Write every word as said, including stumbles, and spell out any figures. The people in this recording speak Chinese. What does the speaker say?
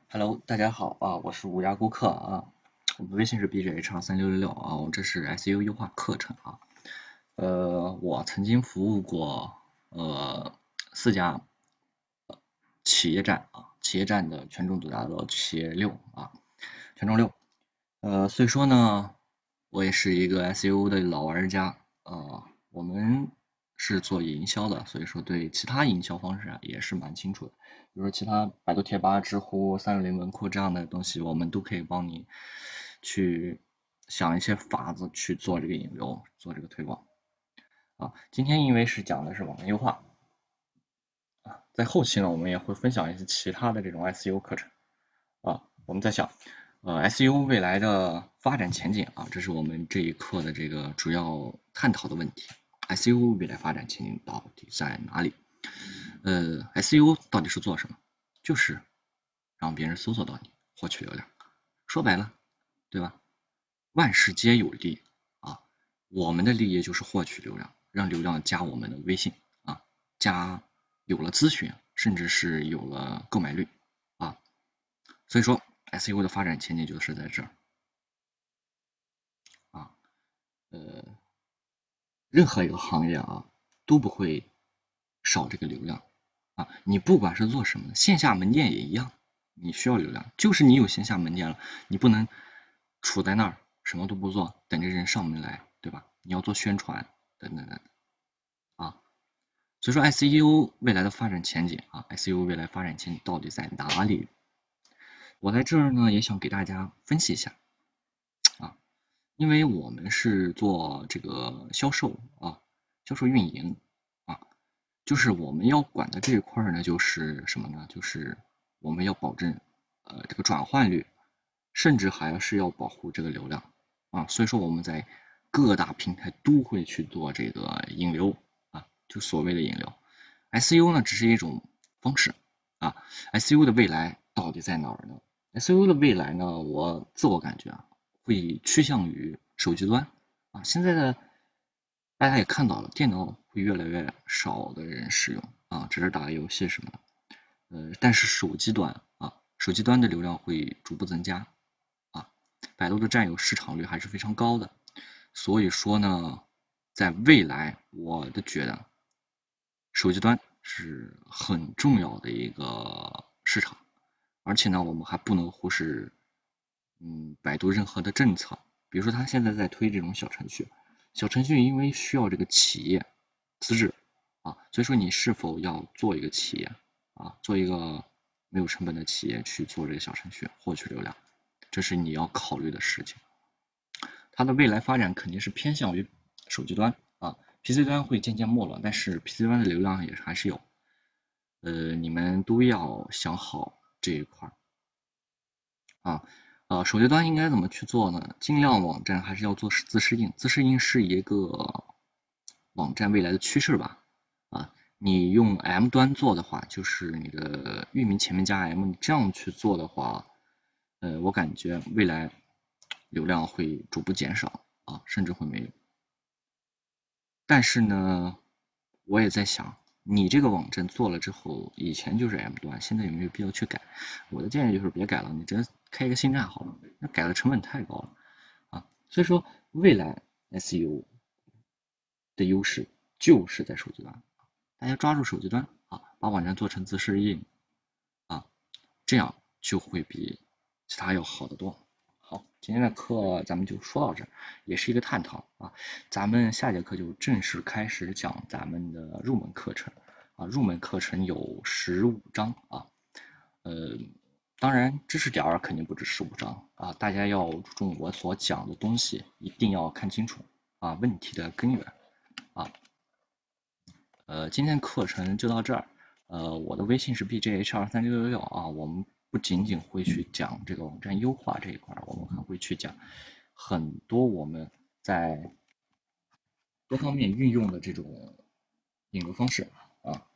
Hello，大家好啊，我是无涯顾客啊，我的微信是 B J H R 三六六六啊，我这是 S E O 优化课程啊，呃，我曾经服务过呃四家企业站啊，企业站的权重组达到企业六啊，权重六，呃，所以说呢，我也是一个 S E O 的老玩家啊，我们是做营销的，所以说对其他营销方式啊也是蛮清楚的。比如说其他百度贴吧、知乎、三六零文库这样的东西，我们都可以帮你去想一些法子去做这个引流，做这个推广啊。今天因为是讲的是网站优化啊，在后期呢，我们也会分享一些其他的这种 S E O 课程啊。我们在想，呃，S E O 未来的发展前景啊，这是我们这一课的这个主要探讨的问题。S E O 未来发展前景到底在哪里？呃，S E O 到底是做什么？就是让别人搜索到你，获取流量。说白了，对吧？万事皆有利啊，我们的利益就是获取流量，让流量加我们的微信啊，加有了咨询，甚至是有了购买率啊。所以说 S E O 的发展前景就是在这儿啊，呃，任何一个行业啊都不会少这个流量啊，你不管是做什么，线下门店也一样，你需要流量，就是你有线下门店了，你不能杵在那儿什么都不做，等着人上门来，对吧？你要做宣传等等等啊，所以说 S E O 未来的发展前景啊，S E O 未来发展前景到底在哪里？我在这儿呢也想给大家分析一下啊，因为我们是做这个销售啊，销售运营啊，就是我们要管的这一块呢，就是什么呢？就是我们要保证呃这个转换率，甚至还是要保护这个流量啊。所以说我们在各大平台都会去做这个引流啊，就所谓的引流。S E O 呢只是一种方式啊，S E O 的未来到底在哪儿呢？S E O 的未来呢，我自我感觉啊，会趋向于手机端啊。现在的大家也看到了，电脑会越来越少的人使用啊，只是打个游戏什么的。呃，但是手机端啊，手机端的流量会逐步增加啊，百度的占有市场率还是非常高的。所以说呢，在未来，我的觉得手机端是很重要的一个市场，而且呢，我们还不能忽视，嗯，百度任何的政策，比如说它现在在推这种小程序，小程序因为需要这个企业资质啊，所以说你是否要做一个企业啊，做一个没有成本的企业去做这个小程序获取流量，这是你要考虑的事情。它的未来发展肯定是偏向于手机端啊，P C 端会渐渐没落，但是 P C 端的流量也还是有，呃，你们都要想好这一块啊。呃，手机端应该怎么去做呢？尽量网站还是要做自适应，自适应是一个网站未来的趋势吧。啊，你用 M 端做的话，就是你的域名前面加 M，你这样去做的话，呃，我感觉未来流量会逐步减少啊，甚至会没有。但是呢，我也在想，你这个网站做了之后，以前就是 M 端，现在有没有必要去改？我的建议就是别改了，你直接开一个新站好了，那改的成本太高了啊。所以说，未来 S E O 的优势就是在手机端，大家抓住手机端啊，把网站做成自适应啊，这样就会比其他要好得多。好，今天的课咱们就说到这儿，也是一个探讨啊。咱们下节课就正式开始讲咱们的入门课程啊。入门课程有十五章啊，呃，当然知识点儿肯定不止十五章啊，大家要注重我所讲的东西，一定要看清楚啊，问题的根源啊。呃，今天课程就到这儿。呃，我的微信是 b j h 二三六六六啊，我们不仅仅会去讲这个网站优化这一块，我们还会去讲很多我们在多方面运用的这种引流方式啊。